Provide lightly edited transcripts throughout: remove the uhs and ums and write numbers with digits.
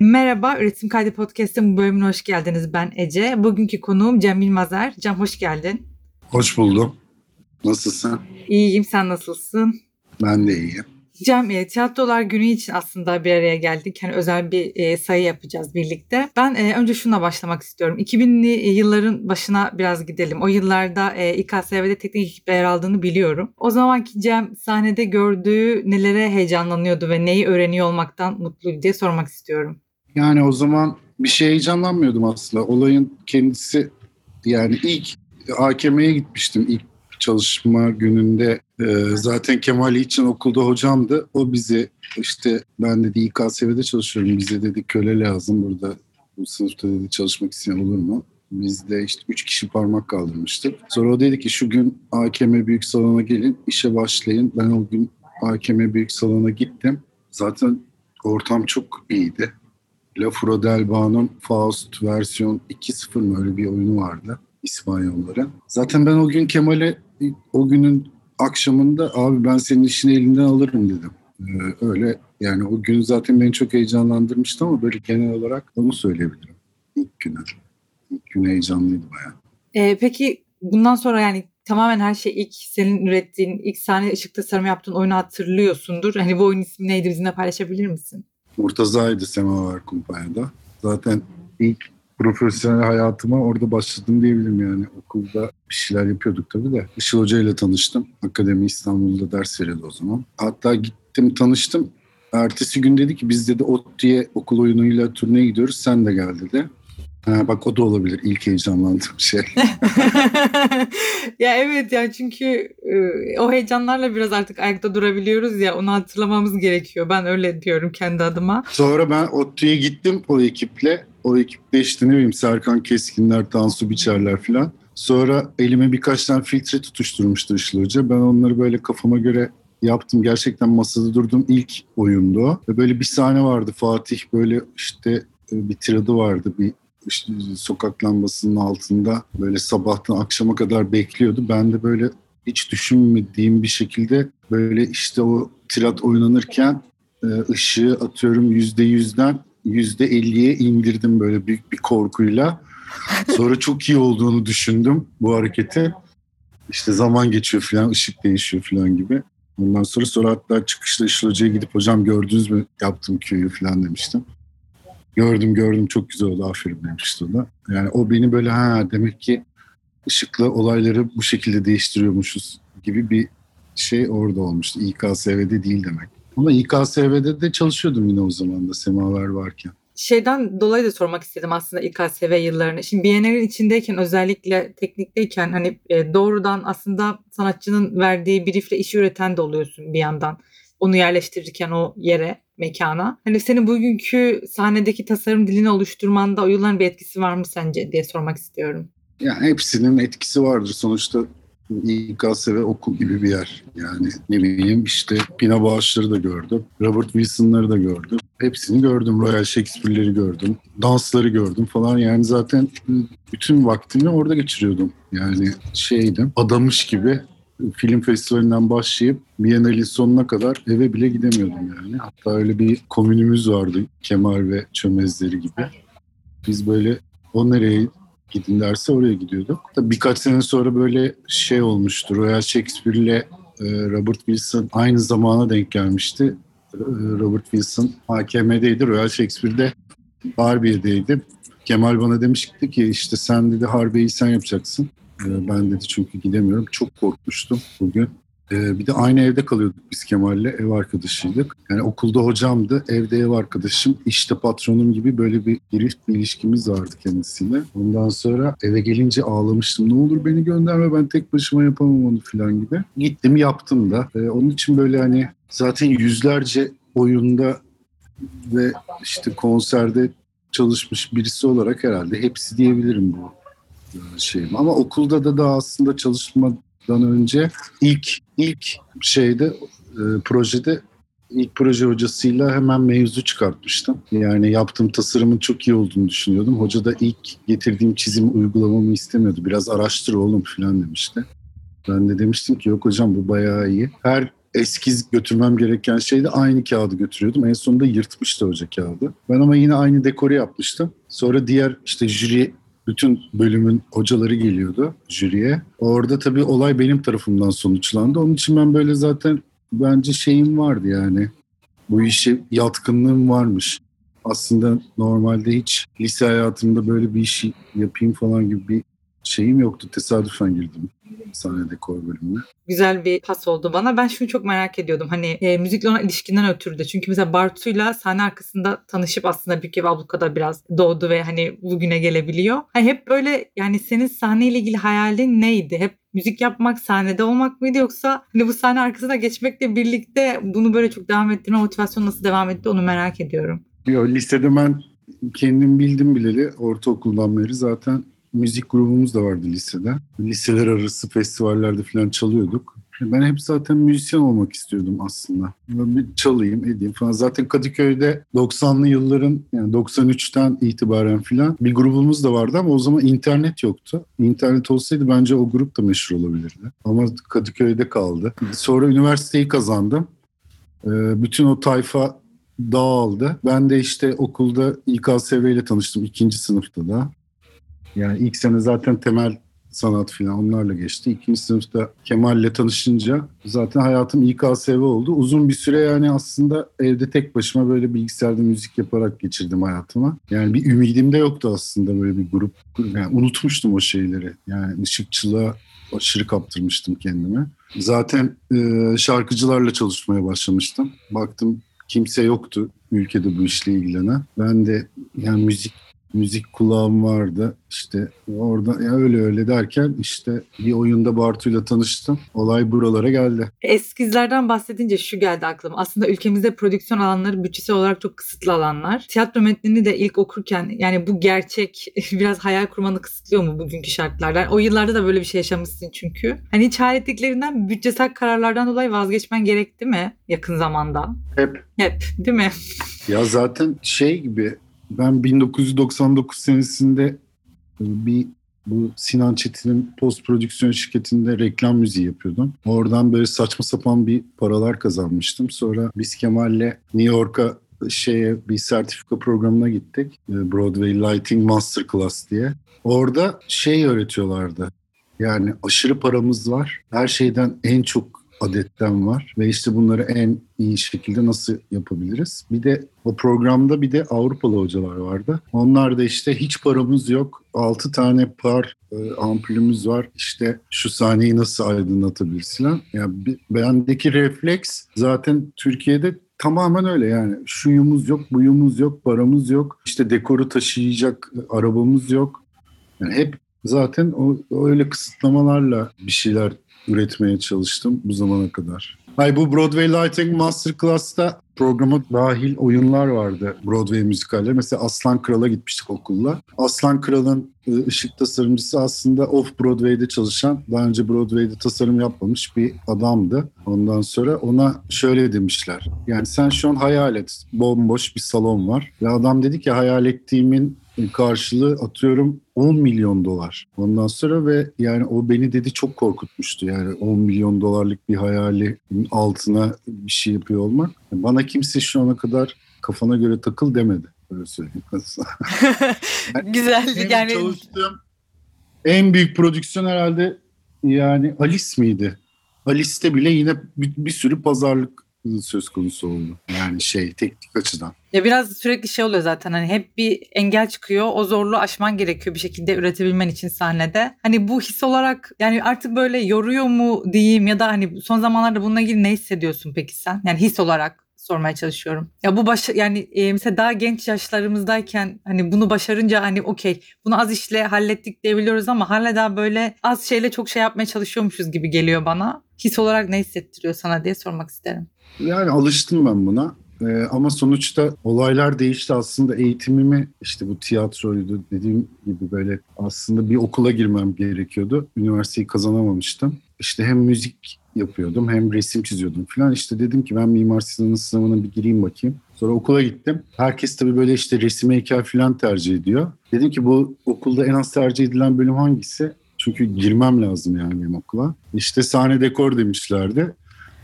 Merhaba, Üretim Kaydı Podcast'ın bu bölümüne hoş geldiniz. Ben Ece. Bugünkü konuğum Cem Yılmazer. Cem hoş geldin. Hoş buldum. Nasılsın? İyiyim, sen nasılsın? Ben de iyiyim. Cem, Tiyatrolar Günü için aslında bir araya geldik. Hani özel bir sayı yapacağız birlikte. Ben önce şuna başlamak istiyorum. 2000'li yılların başına biraz gidelim. O yıllarda İKSV'de teknik ekiple yer aldığını biliyorum. O zamanki Cem sahnede gördüğü nelere heyecanlanıyordu ve neyi öğreniyor olmaktan mutluydu diye sormak istiyorum. Yani o zaman bir şey heyecanlanmıyordum aslında. Olayın kendisi yani ilk AKM'ye gitmiştim. İlk çalışma gününde zaten Kemal için okulda hocamdı. O bize işte ben dedi İKSV'de çalışıyorum. Bize dedi köle lazım burada. Bu sınıfta dedi çalışmak isteyen olur mu? Biz de işte 3 kişi parmak kaldırmıştık. Sonra o dedi ki şu gün AKM Büyük Salon'a gelin, işe başlayın. Ben o gün AKM Büyük Salon'a gittim. Zaten ortam çok iyiydi. La Furo del Bao'nun Faust versiyon 2.0 mı öyle bir oyunu vardı İspanyolların. Zaten ben o gün Kemal'e o günün akşamında abi ben senin işini elinden alırım dedim. Öyle yani o gün zaten beni çok heyecanlandırmıştı ama böyle genel olarak onu söyleyebilirim. İlk günü. İlk gün heyecanlıydı bayağı. Peki bundan sonra yani tamamen her şey ilk senin ürettiğin, ilk sahne ışık tasarımı yaptığın oyunu hatırlıyorsundur. Hani bu oyun ismi neydi bizimle paylaşabilir misin? Murtaza'ydı Semaver Kumpanya'da. Zaten ilk profesyonel hayatıma orada başladım diyebilirim yani. Okulda bir şeyler yapıyorduk tabii de. Işıl Hoca ile tanıştım. Akademi İstanbul'da ders veriyordu o zaman. Hatta gittim tanıştım. Ertesi gün dedi ki biz dedi ODTÜ'ye okul oyunuyla turneye gidiyoruz sen de gel dedi. Ha, bak o da olabilir ilk heyecanlandığım şey. Ya evet yani çünkü o heyecanlarla biraz artık ayakta durabiliyoruz ya onu hatırlamamız gerekiyor. Ben öyle diyorum kendi adıma. Sonra ben ODTÜ'ye gittim o ekiple. O ekipte işte ne bileyim Serkan Keskinler, Tansu Biçerler falan. Sonra elime birkaç tane filtre tutuşturmuştu Işıl Hoca. Ben onları böyle kafama göre yaptım. Gerçekten masada durduğum ilk oyundu o. Ve böyle bir sahne vardı. Fatih böyle işte bir tiradı vardı. Bir işte sokak lambasının altında böyle sabahtan akşama kadar bekliyordu. Ben de böyle hiç düşünmediğim bir şekilde böyle işte o tirat oynanırken ışığı atıyorum %100'den %50'ye indirdim böyle büyük bir korkuyla. Sonra çok iyi olduğunu düşündüm bu hareketi. İşte zaman geçiyor falan, ışık değişiyor falan gibi. Ondan sonra hatta çıkışta Işıl Hoca'ya gidip hocam gördünüz mü yaptım Q'yu falan demiştim. Gördüm çok güzel oldu aferin demişti o da. Yani o beni böyle demek ki ışıkla olayları bu şekilde değiştiriyormuşuz gibi bir şey orada olmuştu. İKSV'de değil demek. Ama İKSV'de de çalışıyordum yine o zaman da Semaver varken. Şeyden dolayı da sormak istedim aslında İKSV yıllarını. Şimdi Biennial'in içindeyken özellikle teknikteyken hani doğrudan aslında sanatçının verdiği briefle işi üreten de oluyorsun bir yandan. Onu yerleştirirken o yere, mekana. Hani senin bugünkü sahnedeki tasarım dilini oluşturmanda o yılların bir etkisi var mı sence diye sormak istiyorum. Yani hepsinin etkisi vardır. Sonuçta İKSV okul gibi bir yer. Yani ne bileyim işte Pina Bağışları da gördüm. Robert Wilson'ları da gördüm. Hepsini gördüm. Royal Shakespeare'leri gördüm. Dansları gördüm falan. Yani zaten bütün vaktimi orada geçiriyordum. Yani şeydim, adamış gibi film festivalinden başlayıp Biennale'in sonuna kadar eve bile gidemiyordum yani. Hatta öyle bir komünümüz vardı Kemal ve Çömezleri gibi. Biz böyle o nereye gidin derse oraya gidiyorduk. Tabii birkaç sene sonra böyle şey olmuştu. Royal Shakespeare ile Robert Wilson aynı zamana denk gelmişti. Robert Wilson AKM'deydi. Royal Shakespeare'de Harbiye'deydi. Kemal bana demişti ki işte sen dedi Harbiye'yi sen yapacaksın. Ben dedi çünkü gidemiyorum. Çok korkmuştum bugün. Bir de aynı evde kalıyorduk biz Kemal'le. Ev arkadaşıydık. Yani okulda hocamdı, evde ev arkadaşım, işte patronum gibi böyle bir ilişkimiz vardı kendisiyle. Ondan sonra eve gelince ağlamıştım. Ne olur beni gönderme ben tek başıma yapamam onu falan gibi. Gittim yaptım da. Onun için böyle hani zaten yüzlerce oyunda ve işte konserde çalışmış birisi olarak herhalde hepsi diyebilirim bu şeyim. Ama okulda da daha aslında çalışmadan önce ilk şeyde projede ilk proje hocasıyla hemen mevzu çıkartmıştım. Yani yaptığım tasarımın çok iyi olduğunu düşünüyordum. Hoca da ilk getirdiğim çizimi uygulamamı istemiyordu. Biraz araştır oğlum falan demişti. Ben de demiştim ki yok hocam bu bayağı iyi. Her eskiz götürmem gereken şeydi. Aynı kağıdı götürüyordum. En sonunda yırtmıştı hoca kağıdı. Ben ama yine aynı dekoru yapmıştım. Sonra diğer işte jüri, bütün bölümün hocaları geliyordu jüriye. Orada tabii olay benim tarafımdan sonuçlandı. Onun için ben böyle zaten bence şeyim vardı yani. Bu işe yatkınlığım varmış. Aslında normalde hiç lise hayatımda böyle bir işi yapayım falan gibi bir şeyim yoktu. Tesadüfen girdim sahne dekor bölümüne. Güzel bir pas oldu bana. Ben şunu çok merak ediyordum. Hani müzikle olan ilişkinden ötürü de. Çünkü mesela Bartu'yla sahne arkasında tanışıp aslında Büyük Ev Abluka'da biraz doğdu ve hani bugüne gelebiliyor. Hani hep böyle, yani senin sahneyle ilgili hayalin neydi? Hep müzik yapmak, sahnede olmak mıydı, yoksa hani bu sahne arkasına geçmekle birlikte bunu böyle çok devam ettirme motivasyonu nasıl devam etti, onu merak ediyorum. Yo, lisede ben kendim bildim bileli ortaokuldan beri zaten müzik grubumuz da vardı lisede. Liseler arası festivallerde falan çalıyorduk. Ben hep zaten müzisyen olmak istiyordum aslında. Bir çalayım, edeyim falan. Zaten Kadıköy'de 90'lı yılların, yani 93'ten itibaren falan bir grubumuz da vardı ama o zaman internet yoktu. İnternet olsaydı bence o grup da meşhur olabilirdi. Ama Kadıköy'de kaldı. Sonra üniversiteyi kazandım. Bütün o tayfa dağıldı. Ben de işte okulda İKSV ile tanıştım ikinci sınıfta da. Yani ilk sene zaten temel sanat falan onlarla geçti. İkinci sınıfta Kemal'le tanışınca zaten hayatım İKSV oldu. Uzun bir süre yani aslında evde tek başıma böyle bilgisayarda müzik yaparak geçirdim hayatımı. Yani bir ümidim de yoktu aslında böyle bir grup. Yani unutmuştum o şeyleri. Yani ışıkçılığa aşırı kaptırmıştım kendimi. Zaten şarkıcılarla çalışmaya başlamıştım. Baktım kimse yoktu ülkede bu işle ilgilenen. Ben de yani müzik kulağım vardı. İşte orada ya öyle derken işte bir oyunda Bartu'yla tanıştım. Olay buralara geldi. Eskizlerden bahsedince şu geldi aklıma. Aslında ülkemizde prodüksiyon alanları bütçesel olarak çok kısıtlı alanlar. Tiyatro metnini de ilk okurken, yani bu gerçek biraz hayal kurmanı kısıtlıyor mu bugünkü şartlarda? Yani o yıllarda da böyle bir şey yaşamışsın çünkü. Hani hiç hayal ettiklerinden, bütçesel kararlardan dolayı vazgeçmen gerekti mi yakın zamanda? Hep. Hep, değil mi? Ya zaten şey gibi, ben 1999 senesinde bu Sinan Çetin'in post prodüksiyon şirketinde reklam müziği yapıyordum. Oradan böyle saçma sapan bir paralar kazanmıştım. Sonra biz Kemal'le New York'a bir sertifika programına gittik. Broadway Lighting Masterclass diye. Orada öğretiyorlardı. Yani aşırı paramız var. Her şeyden en çok adetten var ve işte bunları en iyi şekilde nasıl yapabiliriz? Bir de o programda bir de Avrupalı hocalar vardı. Onlar da işte hiç paramız yok. 6 tane ampulümüz var. İşte şu sahneyi nasıl aydınlatabiliriz falan. Yani bendeki refleks zaten Türkiye'de tamamen öyle yani. Şuyumuz yok, buyumuz yok, paramız yok. İşte dekoru taşıyacak arabamız yok. Yani hep zaten öyle kısıtlamalarla bir şeyler üretmeye çalıştım bu zamana kadar. Bu Broadway Lighting Masterclass'ta programa dahil oyunlar vardı, Broadway müzikalleri. Mesela Aslan Kral'a gitmiştik okulla. Aslan Kral'ın ışık tasarımcısı aslında Off-Broadway'de çalışan, daha önce Broadway'de tasarım yapmamış bir adamdı. Ondan sonra ona şöyle demişler. Yani sen şu an hayal et, bomboş bir salon var. Ve adam dedi ki hayal ettiğimin karşılığı atıyorum 10 milyon dolar. Ondan sonra ve yani o beni dedi çok korkutmuştu. Yani 10 milyon dolarlık bir hayali altına bir şey yapıyor olmak. Bana kimse şu ana kadar kafana göre takıl demedi. Öyle söyleyeyim. Güzel Benim çalıştığım en büyük prodüksiyon herhalde yani Alice miydi? Alice'te bile yine bir sürü pazarlık söz konusu oldu. Yani teknik açıdan. Ya biraz sürekli oluyor zaten, hani hep bir engel çıkıyor, o zorluğu aşman gerekiyor bir şekilde üretebilmen için sahnede. Hani bu his olarak yani artık böyle yoruyor mu diyeyim, ya da hani son zamanlarda bununla ilgili ne hissediyorsun peki sen? Yani his olarak sormaya çalışıyorum. Ya bu yani mesela daha genç yaşlarımızdayken hani bunu başarınca hani okey, bunu az işle hallettik diyebiliyoruz ama hala daha böyle az şeyle çok şey yapmaya çalışıyormuşuz gibi geliyor bana. His olarak ne hissettiriyor sana diye sormak isterim. Yani alıştım ben buna. Ama sonuçta olaylar değişti. Aslında eğitimimi işte bu tiyatroydu dediğim gibi böyle aslında bir okula girmem gerekiyordu. Üniversiteyi kazanamamıştım. İşte hem müzik yapıyordum hem resim çiziyordum falan. İşte dedim ki ben Mimar Sinan'ın sınavına bir gireyim bakayım. Sonra okula gittim. Herkes tabii böyle işte resim, heykel falan tercih ediyor. Dedim ki bu okulda en az tercih edilen bölüm hangisi? Çünkü girmem lazım yani benim okula. İşte sahne dekor demişlerdi.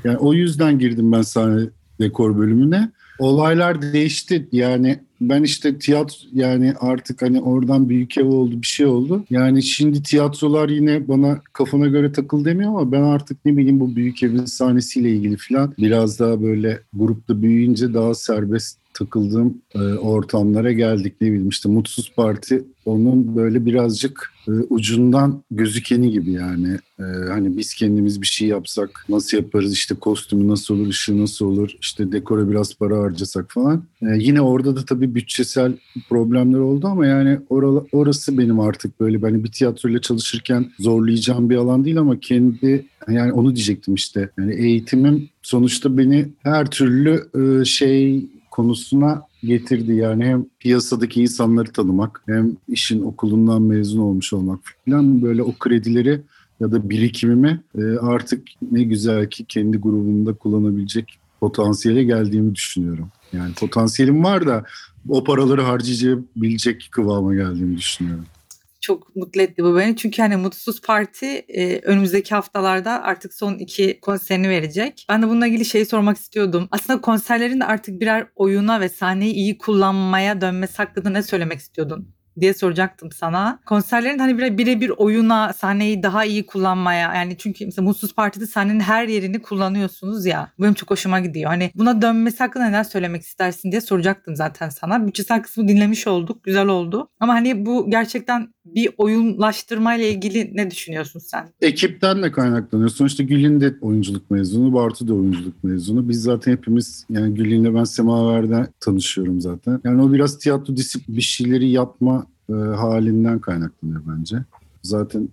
Yani o yüzden girdim ben sahne dekor bölümüne. Olaylar değişti. Yani ben işte tiyatro, yani artık hani oradan büyük ev oldu, bir şey oldu. Yani şimdi tiyatrolar yine bana kafana göre takıl demiyor ama ben artık ne bileyim bu büyük evin sahnesiyle ilgili falan biraz daha böyle grupta büyüyünce daha serbest takıldığım ortamlara geldik. Ne bileyim işte Mutsuz Parti onun böyle birazcık ucundan gözükeni gibi yani. Hani biz kendimiz bir şey yapsak nasıl yaparız, işte kostümü nasıl olur, ışığı nasıl olur, işte dekora biraz para harcasak falan. Yine orada da tabii bütçesel problemler oldu ama yani orası benim artık böyle, ben bir tiyatroyla çalışırken zorlayacağım bir alan değil ama kendi, yani onu diyecektim işte. Yani eğitimim sonuçta beni her türlü şey konusuna getirdi. Yani hem piyasadaki insanları tanımak hem işin okulundan mezun olmuş olmak falan, böyle o kredileri ya da birikimimi artık ne güzel ki kendi grubumda kullanabilecek potansiyele geldiğimi düşünüyorum. Yani potansiyelim var da o paraları harcayabilecek kıvama geldiğimi düşünüyorum. Çok mutlu etti bu beni. Çünkü hani Mutsuz Parti önümüzdeki haftalarda artık son 2 konserini verecek. Ben de bununla ilgili şeyi sormak istiyordum. Aslında konserlerin de artık birer oyuna ve sahneyi iyi kullanmaya dönmesi hakkında ne söylemek istiyordun diye soracaktım sana. Konserlerin hani birebir oyuna, sahneyi daha iyi kullanmaya, yani çünkü mesela Mutsuz Parti'de sahnenin her yerini kullanıyorsunuz ya. Bu benim çok hoşuma gidiyor. Hani buna dönmesi hakkında neler söylemek istersin diye soracaktım zaten sana. Bütçesel kısmı dinlemiş olduk. Güzel oldu. Ama hani bu gerçekten bir oyunlaştırmayla ilgili ne düşünüyorsun sen? Ekipten de kaynaklanıyor. Sonuçta Gül'ün de oyunculuk mezunu, Bartu da oyunculuk mezunu. Biz zaten hepimiz, yani Gül'ünle ben Semaver'den tanışıyorum zaten. Yani o biraz tiyatro disiplini, bir şeyleri yapma halinden kaynaklanıyor bence. Zaten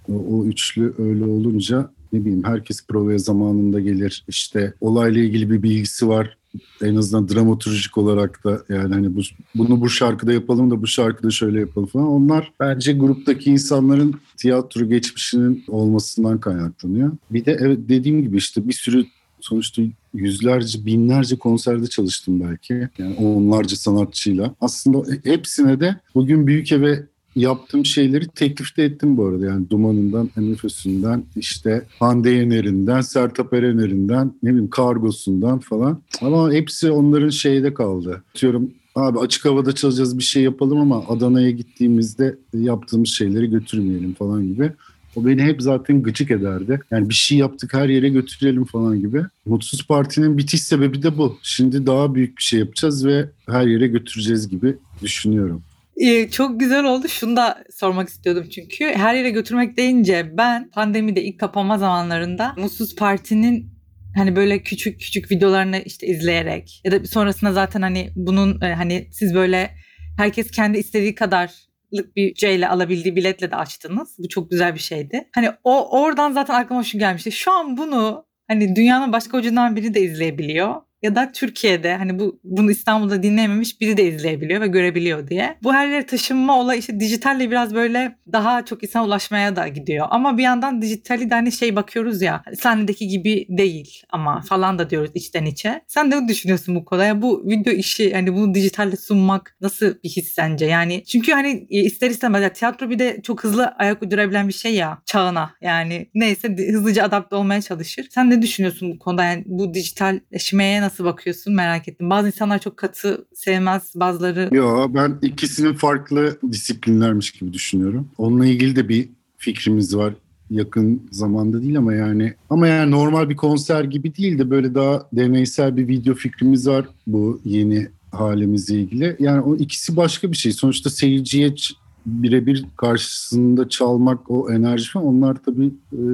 o üçlü öyle olunca ne bileyim herkes provaya zamanında gelir. İşte olayla ilgili bir bilgisi var. En azından dramaturjik olarak da, yani hani bunu bu şarkıda yapalım da bu şarkıda şöyle yapalım falan. Onlar bence gruptaki insanların tiyatro geçmişinin olmasından kaynaklanıyor. Bir de evet, dediğim gibi işte bir sürü, sonuçta yüzlerce, binlerce konserde çalıştım belki. Yani onlarca sanatçıyla. Aslında hepsine de bugün büyük eve yaptığım şeyleri teklif de ettim bu arada. Yani Duman'ından, MFÖ'sünden, işte Hande Yener'inden, Sertab Erener'inden, ne bileyim Kargosu'ndan falan. Ama hepsi onların şeyde kaldı. Diyorum abi açık havada çalacağız, bir şey yapalım ama Adana'ya gittiğimizde yaptığımız şeyleri götürmeyelim falan gibi. O beni hep zaten gıcık ederdi. Yani bir şey yaptık her yere götürelim falan gibi. Mutsuz Parti'nin bitiş sebebi de bu. Şimdi daha büyük bir şey yapacağız ve her yere götüreceğiz gibi düşünüyorum. Çok güzel oldu. Şunu da sormak istiyordum çünkü. Her yere götürmek deyince ben pandemide ilk kapanma zamanlarında Mutsuz Parti'nin hani böyle küçük küçük videolarını işte izleyerek ya da sonrasında zaten hani bunun hani siz böyle herkes kendi istediği kadarlık bir bütçeyle alabildiği biletle de açtınız. Bu çok güzel bir şeydi. Hani oradan zaten aklıma şu gelmişti. Şu an bunu hani dünyanın başka ucundan biri de izleyebiliyor. Ya da Türkiye'de hani bunu İstanbul'da dinlememiş biri de izleyebiliyor ve görebiliyor diye. Bu her yere taşınma olayı işte dijitalle biraz böyle daha çok insana ulaşmaya da gidiyor. Ama bir yandan dijitali de hani şey bakıyoruz ya, hani sahnedeki gibi değil ama falan da diyoruz içten içe. Sen ne düşünüyorsun bu konuda? Yani bu video işi, hani bunu dijitalle sunmak nasıl bir his sence? Yani çünkü hani ister istemez ya, tiyatro bir de çok hızlı ayak uydurabilen bir şey ya çağına. Yani neyse hızlıca adapte olmaya çalışır. Sen ne düşünüyorsun bu konuda? Yani bu dijitalleşmeye nasıl bakıyorsun, merak ettim. Bazı insanlar çok katı sevmez, bazıları... Yo, ben ikisinin farklı disiplinlermiş gibi düşünüyorum. Onunla ilgili de bir fikrimiz var. Yakın zamanda değil ama yani normal bir konser gibi değil de böyle daha deneysel bir video fikrimiz var bu yeni halimizle ilgili. Yani o ikisi başka bir şey. Sonuçta seyirciye birebir karşısında çalmak, o enerji falan, onlar tabii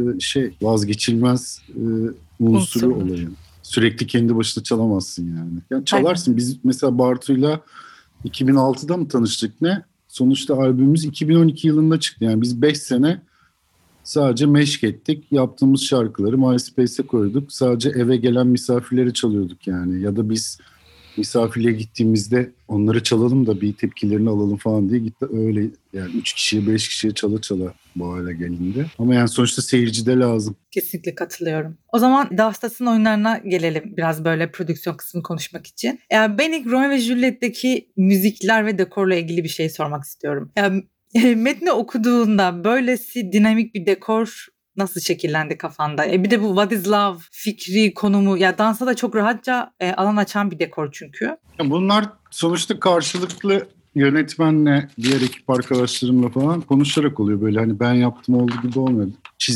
vazgeçilmez unsuru Unsurlar. olayın. Sürekli kendi başına çalamazsın yani. Yani Aynen. çalarsın. Biz mesela Bartu'yla 2006'da mı tanıştık ne? Sonuçta albümümüz 2012 yılında çıktı. Yani biz 5 sene sadece meşk ettik. Yaptığımız şarkıları MySpace'e koyduk. Sadece eve gelen misafirleri çalıyorduk yani. Ya da biz misafirliğe gittiğimizde onları çalalım da bir tepkilerini alalım falan diye gitti. Öyle yani 3 kişiye 5 kişiye çala çala bu hale gelindi. Ama yani sonuçta seyirci de lazım. Kesinlikle katılıyorum. O zaman Davstas'ın oyunlarına gelelim, biraz böyle prodüksiyon kısmını konuşmak için. Ben ilk Romeo ve Juliet'teki müzikler ve dekorla ilgili bir şey sormak istiyorum. Metni okuduğunda böylesi dinamik bir dekor nasıl şekillendi kafanda? Bir de bu What is Love fikri, konumu ya dansa da çok rahatça alan açan bir dekor çünkü. Bunlar sonuçta karşılıklı yönetmenle, diğer ekip arkadaşlarımla falan konuşarak oluyor. Böyle hani ben yaptım olduğu gibi olmadı.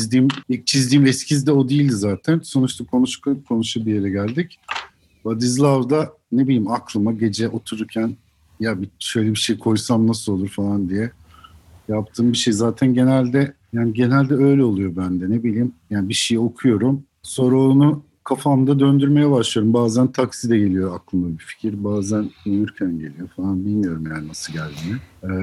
İlk çizdiğim eskiz de o değildi zaten. Sonuçta konuşa bir yere geldik. What is Love'da ne bileyim aklıma gece otururken ya şöyle bir şey koysam nasıl olur falan diye yaptığım bir şey. Zaten genelde öyle oluyor bende, ne bileyim. Yani bir şey okuyorum, sonra onu kafamda döndürmeye başlıyorum. Bazen takside geliyor aklıma bir fikir, bazen uyurken geliyor falan, bilmiyorum yani nasıl geldiğini.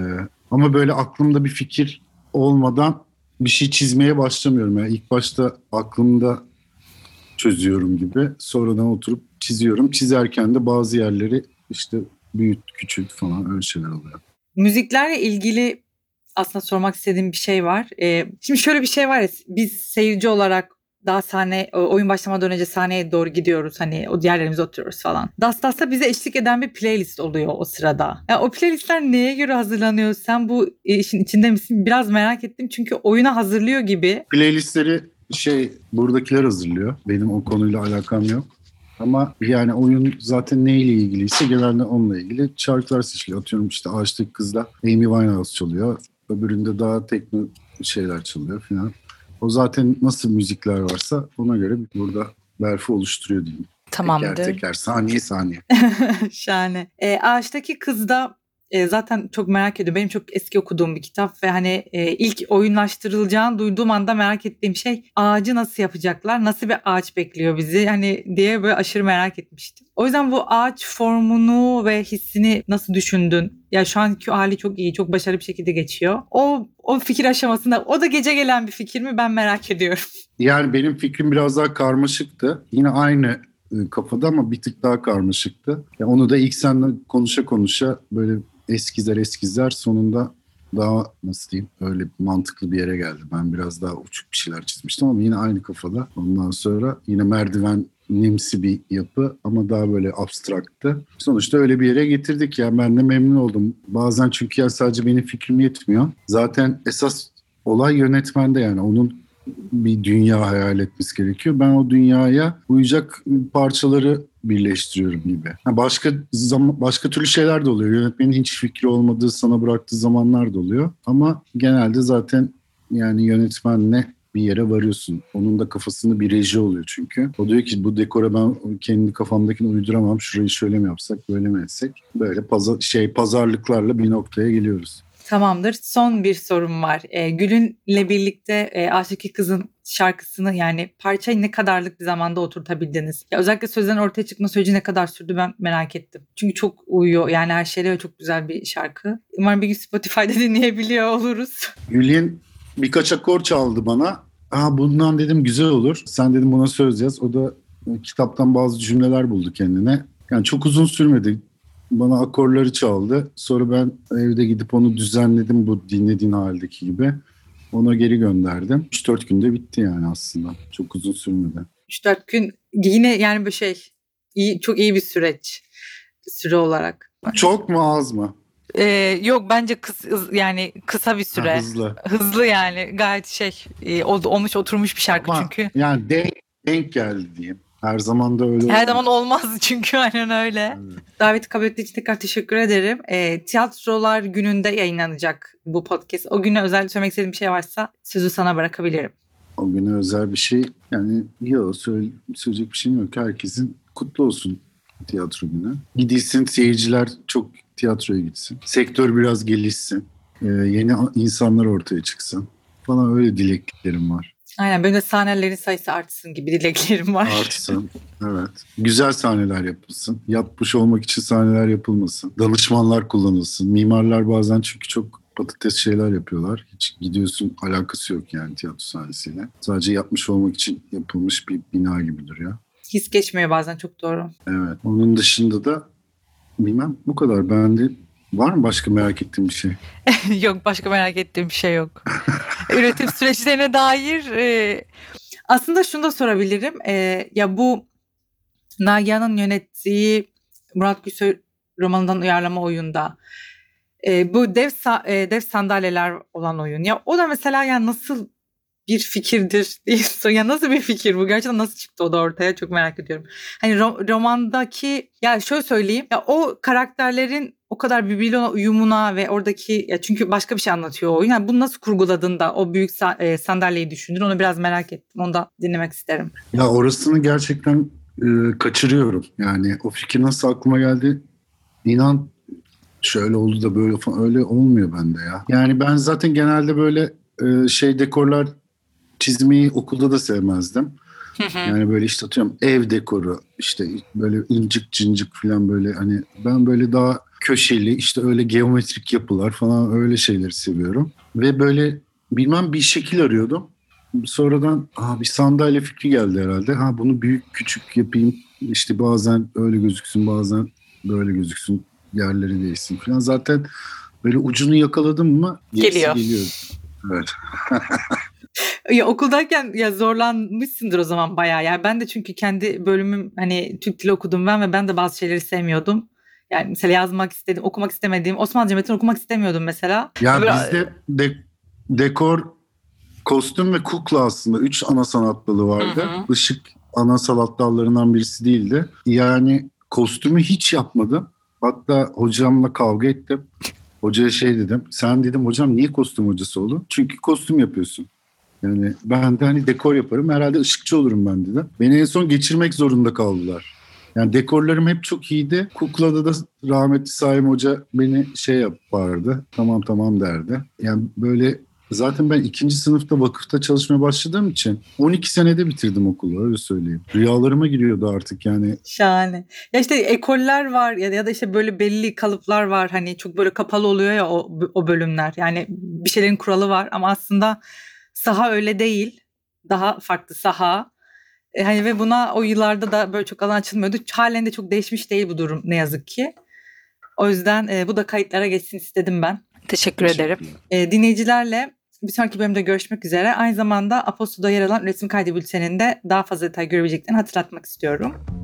Ama böyle aklımda bir fikir olmadan bir şey çizmeye başlamıyorum. Yani ilk başta aklımda çözüyorum gibi, sonradan oturup çiziyorum. Çizerken de bazı yerleri işte büyüt, küçült falan, öyle şeyler oluyor. Müziklerle ilgili aslında sormak istediğim bir şey var. Şimdi şöyle bir şey var ya, biz seyirci olarak daha oyun başlamadan önce sahneye doğru gidiyoruz. Hani o diğerlerimize oturuyoruz falan. Dastas'ta bize eşlik eden bir playlist oluyor o sırada. Yani o playlistler neye göre hazırlanıyor? Sen bu işin içinde misin? Biraz merak ettim çünkü oyuna hazırlıyor gibi. Playlistleri buradakiler hazırlıyor. Benim o konuyla alakam yok. Ama yani oyun zaten neyle ilgiliyse genelde onunla ilgili şarkılar seçiliyor. Atıyorum işte Ağaçtaki Kız'da Amy Winehouse çalıyor. Öbüründe daha tekno şeyler çalıyor falan. O zaten nasıl müzikler varsa ona göre burada berfi oluşturuyor diyeyim. Tamamdır. Teker teker, saniye saniye. Şahane. Ağaçtaki Kız'da zaten çok merak ediyorum. Benim çok eski okuduğum bir kitap ve hani ilk oyunlaştırılacağını duyduğum anda merak ettiğim şey, ağacı nasıl yapacaklar? Nasıl bir ağaç bekliyor bizi? Hani diye böyle aşırı merak etmiştim. O yüzden bu ağaç formunu ve hissini nasıl düşündün? Ya şu anki hali çok iyi, çok başarılı bir şekilde geçiyor. O fikir aşamasında, o da gece gelen bir fikir mi, ben merak ediyorum. Yani benim fikrim biraz daha karmaşıktı. Yine aynı kafada ama bir tık daha karmaşıktı. Ya onu da ilk seninle konuşa böyle eskizler sonunda daha nasıl diyeyim, öyle mantıklı bir yere geldi. Ben biraz daha uçuk bir şeyler çizmiştim ama yine aynı kafada. Ondan sonra yine merdivenimsi bir yapı ama daha böyle abstraktı. Sonuçta öyle bir yere getirdik ya, ben de memnun oldum. Bazen çünkü ya sadece benim fikrim yetmiyor. Zaten esas olay yönetmende, yani onun bir dünya hayal etmesi gerekiyor. Ben o dünyaya uyacak parçaları birleştiriyorum gibi. Başka türlü şeyler de oluyor. Yönetmenin hiç fikri olmadığı, sana bıraktığı zamanlar da oluyor. Ama genelde zaten yani yönetmenle bir yere varıyorsun. Onun da kafasında bir reji oluyor çünkü. O diyor ki bu dekora ben kendi kafamdakini uyduramam. Şurayı şöyle mi yapsak, böyle mi etsek? Böyle pazarlıklarla bir noktaya geliyoruz. Tamamdır. Son bir sorum var. Gül'ünle birlikte Aşık Kız'ın şarkısını, yani parçayı ne kadarlık bir zamanda oturtabildiniz? Ya özellikle sözlerin ortaya çıkma süreci ne kadar sürdü, ben merak ettim. Çünkü çok uyuyor yani her şeyle, çok güzel bir şarkı. Umarım bir gün Spotify'da dinleyebiliyor oluruz. Gül'in birkaç akor çaldı bana. Bundan dedim güzel olur. Sen dedim buna söz yaz. O da kitaptan bazı cümleler buldu kendine. Yani çok uzun sürmedi. Bana akorları çaldı. Sonra ben evde gidip onu düzenledim bu dinlediğin haldeki gibi. Ona geri gönderdim. 3-4 günde bitti yani aslında. Çok uzun sürmedi. 3-4 gün yine yani bir çok iyi bir süre olarak. Çok mu az mı? Yok bence yani kısa bir süre. Hızlı. Hızlı yani, gayet olmuş oturmuş bir şarkı Ama çünkü. yani denk geldi diyeyim. Her zaman da öyle Her olmaz. zaman olmaz çünkü, aynen öyle. Evet. Daveti kabul ettiğin için tekrar teşekkür ederim. Tiyatrolar gününde yayınlanacak bu podcast. O güne özel söylemek istediğim bir şey varsa sözü sana bırakabilirim. O güne özel bir şey yani yok, söyleyecek bir şeyim yok. Herkesin kutlu olsun tiyatro günü. Gidilsin, seyirciler çok tiyatroya gitsin. Sektör biraz gelişsin. Yeni insanlar ortaya çıksın falan, öyle dileklerim var. Aynen, benim de sahnelerin sayısı artsın gibi dileklerim var. Artsın, evet. Güzel sahneler yapılsın. Yapmış olmak için sahneler yapılmasın. Danışmanlar kullanılsın. Mimarlar bazen çünkü çok patates şeyler yapıyorlar. Hiç gidiyorsun, alakası yok yani tiyatro sahnesiyle. Sadece yapmış olmak için yapılmış bir bina gibi duruyor. His geçmiyor bazen, çok doğru. Evet. Onun dışında da bilmem, bu kadar. Bende var mı başka merak ettiğim bir şey? Yok, başka merak ettiğim bir şey yok. Üretim süreçlerine dair aslında şunu da sorabilirim. Ya bu Nagihan'ın yönettiği Murat Gülsoy romanından uyarlama oyunda bu dev sandalyeler olan oyun. Ya o da mesela yani nasıl bir fikirdir diye ya nasıl bir fikir bu? Gerçekten nasıl çıktı o da ortaya? Çok merak ediyorum. Hani romandaki ya şöyle söyleyeyim ya o karakterlerin o kadar birbiriyle olan uyumuna ve oradaki ya çünkü başka bir şey anlatıyor o oyun. Yani bunu nasıl kurguladın da o büyük sandalyeyi düşündün onu biraz merak ettim. Onu da dinlemek isterim. Ya orasını gerçekten kaçırıyorum. Yani o fikir nasıl aklıma geldi? İnan şöyle oldu da böyle falan öyle olmuyor bende ya. Yani ben zaten genelde böyle dekorlar çizmeyi okulda da sevmezdim. Yani böyle işte atıyorum ev dekoru işte böyle incik cincik falan böyle hani ben böyle daha köşeli işte öyle geometrik yapılar falan öyle şeyleri seviyorum. Ve böyle bilmem bir şekil arıyordum. Sonradan bir sandalye fikri geldi herhalde. Bunu büyük küçük yapayım işte bazen öyle gözüksün bazen böyle gözüksün yerleri değişsin falan. Zaten böyle ucunu yakaladım mı gerisi Geliyor. geliyor. Evet. Ya okuldayken ya zorlanmışsındır o zaman bayağı. Yani ben de çünkü kendi bölümüm hani Türk dili okudum ben ve ben de bazı şeyleri sevmiyordum. Yani mesela yazmak istedim, okumak istemediğim Osmanlıca metin okumak istemiyordum mesela. Ya Böyle, bizde dekor, kostüm ve kukla aslında 3 ana sanat dalı hı vardı. hı. Işık ana sanat dallarından birisi değildi. Yani kostümü hiç yapmadım. Hatta hocamla kavga ettim. Hocaya dedim. Sen dedim hocam niye kostüm hocası oldun? Çünkü kostüm yapıyorsun. Yani ben de hani dekor yaparım. Herhalde ışıkçı olurum ben dedim. Beni en son geçirmek zorunda kaldılar. Yani dekorlarım hep çok iyiydi. Kuklada da rahmetli Saim Hoca beni yapardı. Tamam tamam derdi. Yani böyle zaten ben 2. sınıfta vakıfta çalışmaya başladığım için 12 senede bitirdim okulu öyle söyleyeyim. Rüyalarıma giriyordu artık yani. şahane. Ya işte ekoller var ya da işte böyle belli kalıplar var. Hani çok böyle kapalı oluyor ya o bölümler. Yani bir şeylerin kuralı var ama aslında saha öyle değil. Daha farklı saha. Hani ve buna o yıllarda da böyle çok alan açılmıyordu. Halen de çok değişmiş değil bu durum ne yazık ki. O yüzden bu da kayıtlara geçsin istedim ben. Teşekkür ederim. Teşekkürler. Dinleyicilerle bir sonraki bölümde görüşmek üzere. Aynı zamanda Aposto'da yer alan üretim kaydı bülteninde daha fazla detay görebileceklerini hatırlatmak istiyorum.